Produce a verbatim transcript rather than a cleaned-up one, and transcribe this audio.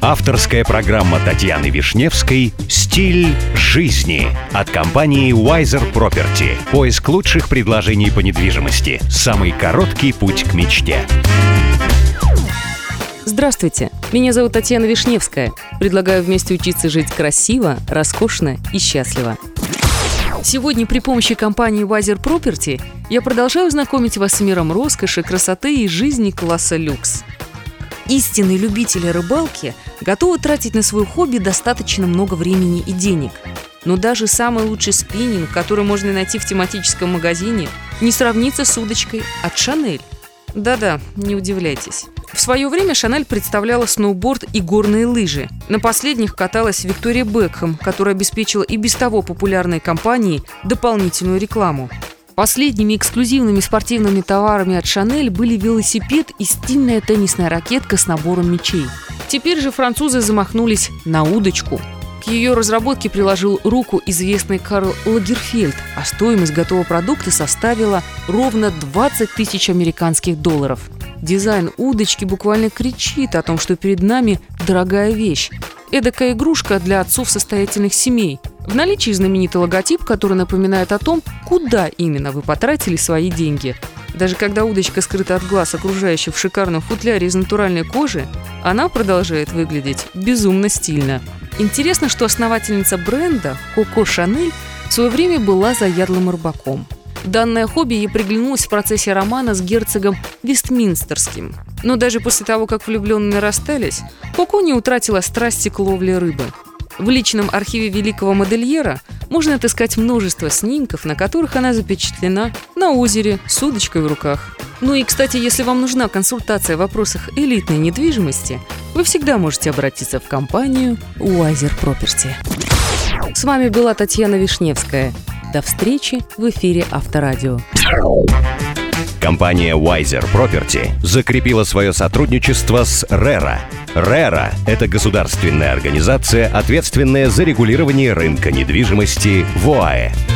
Авторская программа Татьяны Вишневской «Стиль жизни» от компании Wiser Property. Поиск лучших предложений по недвижимости. Самый короткий путь к мечте. Здравствуйте, меня зовут Татьяна Вишневская. Предлагаю вместе учиться жить красиво, роскошно и счастливо. Сегодня при помощи компании Wiser Property я продолжаю знакомить вас с миром роскоши, красоты и жизни класса люкс. Истинные любители рыбалки готовы тратить на свое хобби достаточно много времени и денег. Но даже самый лучший спиннинг, который можно найти в тематическом магазине, не сравнится с удочкой от Шанель. Да-да, не удивляйтесь. В свое время Шанель представляла сноуборд и горные лыжи. На последних каталась Виктория Бекхэм, которая обеспечила и без того популярной компании дополнительную рекламу. Последними эксклюзивными спортивными товарами от Шанель были велосипед и стильная теннисная ракетка с набором мячей. Теперь же французы замахнулись на удочку. К ее разработке приложил руку известный Карл Лагерфельд, а стоимость готового продукта составила ровно двадцать тысяч американских долларов. Дизайн удочки буквально кричит о том, что перед нами дорогая вещь. Эдакая игрушка для отцов состоятельных семей. В наличии знаменитый логотип, который напоминает о том, куда именно вы потратили свои деньги. Даже когда удочка скрыта от глаз окружающих в шикарном футляре из натуральной кожи, она продолжает выглядеть безумно стильно. Интересно, что основательница бренда Коко Шанель в свое время была заядлым рыбаком. Данное хобби ей приглянулось в процессе романа с герцогом Вестминстерским. Но даже после того, как влюбленные расстались, Коко не утратила страсти к ловле рыбы. В личном архиве великого модельера можно отыскать множество снимков, на которых она запечатлена на озере с удочкой в руках. Ну и, кстати, если вам нужна консультация в вопросах элитной недвижимости, вы всегда можете обратиться в компанию Wiser Property. С вами была Татьяна Вишневская. До встречи в эфире Авторадио. Компания Wiser Property закрепила свое сотрудничество с рера. рера – это государственная организация, ответственная за регулирование рынка недвижимости в ОАЭ.